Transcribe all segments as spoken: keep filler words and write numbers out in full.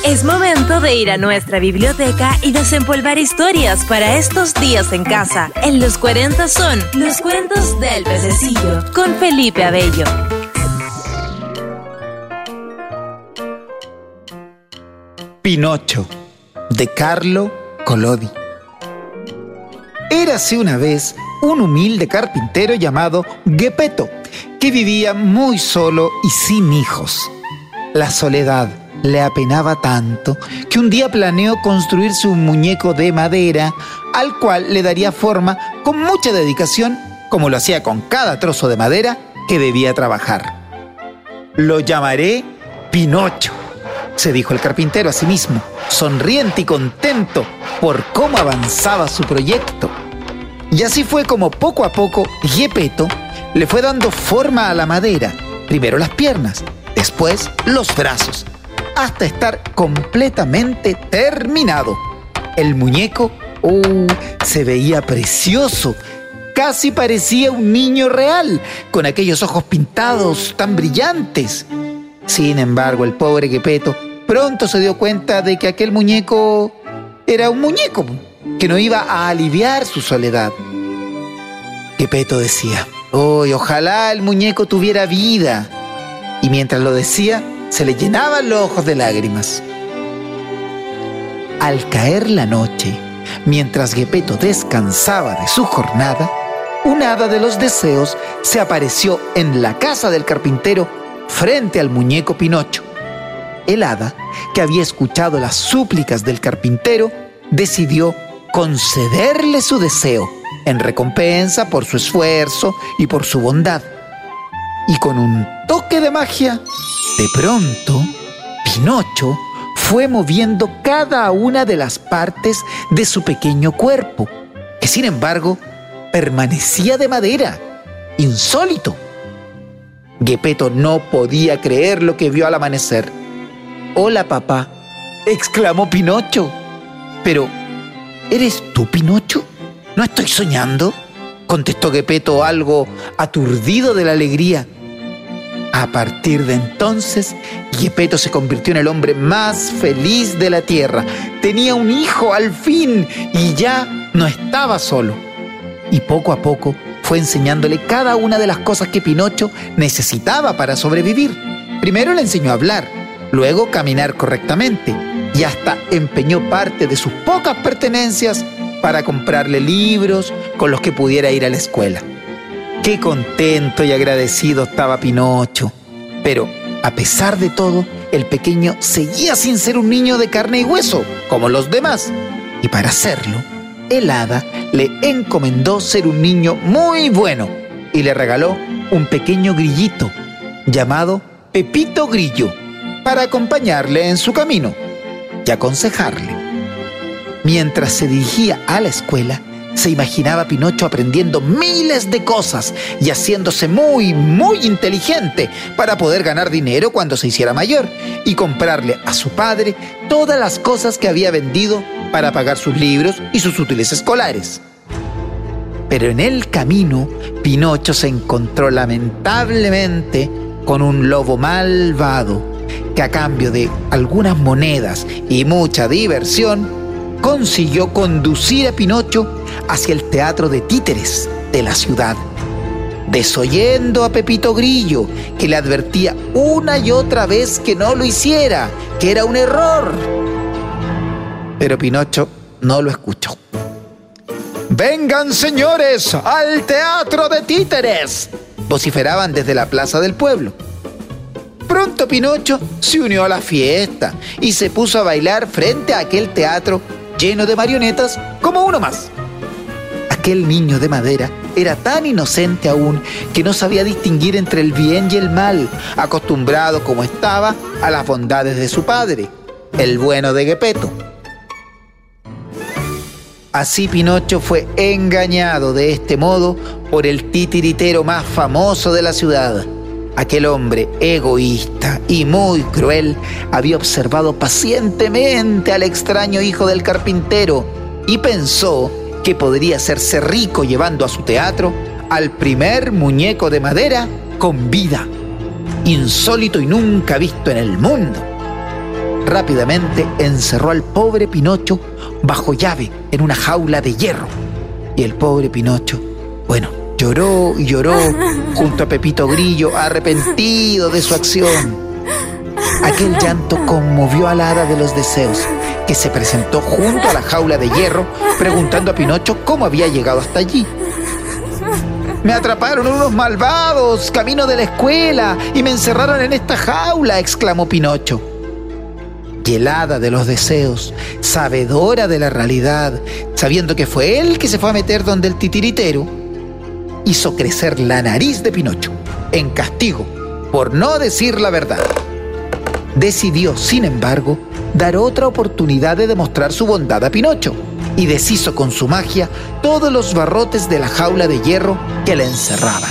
Es momento de ir a nuestra biblioteca y desempolvar historias para estos días en casa. En los cuarenta son los cuentos del pececillo con Felipe Abello. Pinocho, de Carlo Collodi. Érase una vez un humilde carpintero llamado Geppetto, que vivía muy solo y sin hijos. La soledad le apenaba tanto que un día planeó construirse un muñeco de madera al cual le daría forma con mucha dedicación, como lo hacía con cada trozo de madera que debía trabajar. «Lo llamaré Pinocho», se dijo el carpintero a sí mismo, sonriente y contento por cómo avanzaba su proyecto. Y así fue como poco a poco Geppetto le fue dando forma a la madera, primero las piernas, después los brazos, hasta estar completamente terminado. El muñeco, uh, se veía precioso, casi parecía un niño real, con aquellos ojos pintados tan brillantes. Sin embargo, el pobre Geppetto pronto se dio cuenta de que aquel muñeco era un muñeco, que no iba a aliviar su soledad. Geppetto decía, «Oh, ojalá el muñeco tuviera vida». Y mientras lo decía, se le llenaban los ojos de lágrimas. Al caer la noche, mientras Geppetto descansaba de su jornada, un hada de los deseos se apareció en la casa del carpintero frente al muñeco Pinocho. El hada, que había escuchado las súplicas del carpintero, decidió concederle su deseo en recompensa por su esfuerzo y por su bondad. Y con un toque de magia, de pronto, Pinocho fue moviendo cada una de las partes de su pequeño cuerpo, que sin embargo permanecía de madera, insólito. Geppetto no podía creer lo que vio al amanecer. «Hola, papá», exclamó Pinocho. «¿Pero eres tú, Pinocho? ¿No estoy soñando?», contestó Geppetto, algo aturdido de la alegría. A partir de entonces, Geppetto se convirtió en el hombre más feliz de la tierra. Tenía un hijo al fin y ya no estaba solo. Y poco a poco fue enseñándole cada una de las cosas que Pinocho necesitaba para sobrevivir. Primero le enseñó a hablar, luego caminar correctamente y hasta empeñó parte de sus pocas pertenencias para comprarle libros con los que pudiera ir a la escuela. Qué contento y agradecido estaba Pinocho. Pero, a pesar de todo, el pequeño seguía sin ser un niño de carne y hueso, como los demás. Y para hacerlo, el hada le encomendó ser un niño muy bueno y le regaló un pequeño grillito llamado Pepito Grillo para acompañarle en su camino y aconsejarle. Mientras se dirigía a la escuela, se imaginaba a Pinocho aprendiendo miles de cosas y haciéndose muy, muy inteligente para poder ganar dinero cuando se hiciera mayor y comprarle a su padre todas las cosas que había vendido para pagar sus libros y sus útiles escolares. Pero en el camino, Pinocho se encontró lamentablemente con un lobo malvado que, a cambio de algunas monedas y mucha diversión, consiguió conducir a Pinocho hacia el teatro de títeres de la ciudad, desoyendo a Pepito Grillo, que le advertía una y otra vez que no lo hiciera, que era un error. Pero Pinocho no lo escuchó. «¡Vengan, señores, al teatro de títeres!», vociferaban desde la plaza del pueblo. Pronto Pinocho se unió a la fiesta y se puso a bailar frente a aquel teatro lleno de marionetas como uno más. Aquel niño de madera era tan inocente aún que no sabía distinguir entre el bien y el mal, acostumbrado como estaba a las bondades de su padre, el bueno de Geppetto. Así Pinocho fue engañado de este modo por el titiritero más famoso de la ciudad. Aquel hombre egoísta y muy cruel había observado pacientemente al extraño hijo del carpintero y pensó que podría hacerse rico llevando a su teatro al primer muñeco de madera con vida, insólito y nunca visto en el mundo. rápidamente encerró al pobre Pinocho bajo llave en una jaula de hierro. Y el pobre Pinocho, bueno, lloró y lloró junto a Pepito Grillo, arrepentido de su acción. Aquel llanto conmovió a la hada de los deseos, que se presentó junto a la jaula de hierro, preguntando a Pinocho cómo había llegado hasta allí. «Me atraparon unos malvados camino de la escuela y me encerraron en esta jaula», exclamó Pinocho. Y el hada de los deseos, sabedora de la realidad, sabiendo que fue él que se fue a meter donde el titiritero, hizo crecer la nariz de Pinocho, en castigo por no decir la verdad. Decidió, sin embargo, dar otra oportunidad de demostrar su bondad a Pinocho y deshizo con su magia todos los barrotes de la jaula de hierro que le encerraban.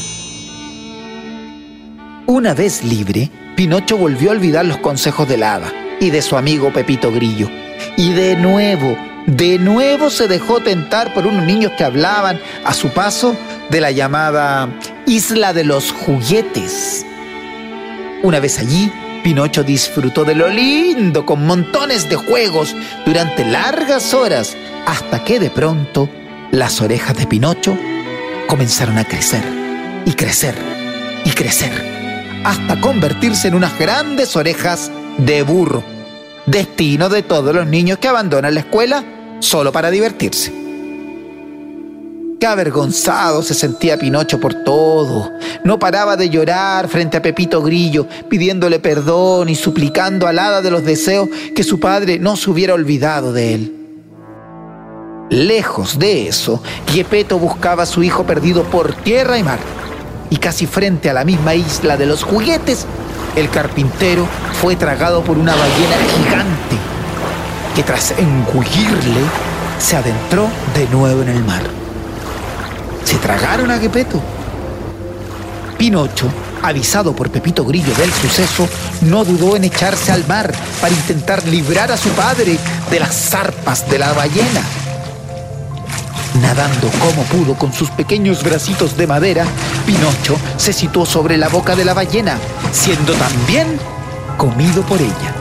Una vez libre, Pinocho volvió a olvidar los consejos de la hada y de su amigo Pepito Grillo. Y de nuevo, de nuevo se dejó tentar por unos niños que hablaban a su paso de la llamada Isla de los Juguetes. Una vez allí, Pinocho disfrutó de lo lindo con montones de juegos durante largas horas, hasta que de pronto las orejas de Pinocho comenzaron a crecer y crecer y crecer, hasta convertirse en unas grandes orejas de burro, destino de todos los niños que abandonan la escuela solo para divertirse. Qué avergonzado se sentía Pinocho por todo. No paraba de llorar frente a Pepito Grillo, pidiéndole perdón y suplicando al hada de los deseos que su padre no se hubiera olvidado de él. Lejos de eso, Gepetto buscaba a su hijo perdido por tierra y mar. Y casi frente a la misma isla de los juguetes, el carpintero fue tragado por una ballena gigante, que tras engullirle, se adentró de nuevo en el mar. Se tragaron a Gepetto. Pinocho, avisado por Pepito Grillo del suceso, no dudó en echarse al mar para intentar librar a su padre de las zarpas de la ballena. Nadando como pudo con sus pequeños bracitos de madera, Pinocho se situó sobre la boca de la ballena, siendo también comido por ella.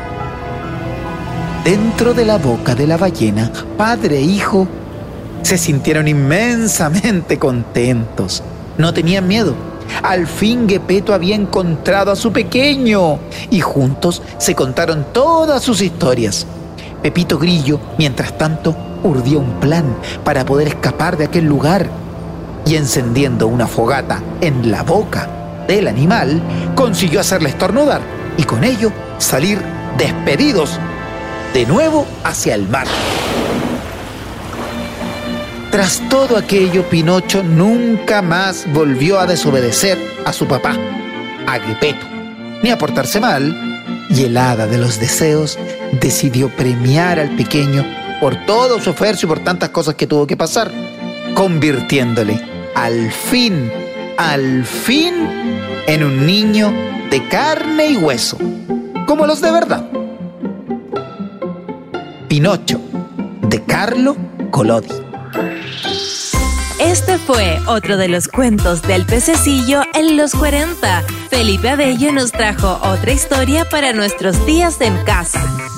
Dentro de la boca de la ballena, padre e hijo se sintieron inmensamente contentos. No tenían miedo. Al fin Gepetto había encontrado a su pequeño y juntos se contaron todas sus historias. Pepito Grillo, mientras tanto, urdió un plan para poder escapar de aquel lugar y, encendiendo una fogata en la boca del animal, consiguió hacerle estornudar y con ello salir despedidos de nuevo hacia el mar. Tras todo aquello, Pinocho nunca más volvió a desobedecer a su papá, a Gepetto, ni a portarse mal, y el hada de los deseos decidió premiar al pequeño por todo su esfuerzo y por tantas cosas que tuvo que pasar, convirtiéndole al fin, al fin, en un niño de carne y hueso, como los de verdad. Pinocho, de Carlo Collodi. Este fue otro de los cuentos del pececillo en los cuarenta. Felipe Abello nos trajo otra historia para nuestros días en casa.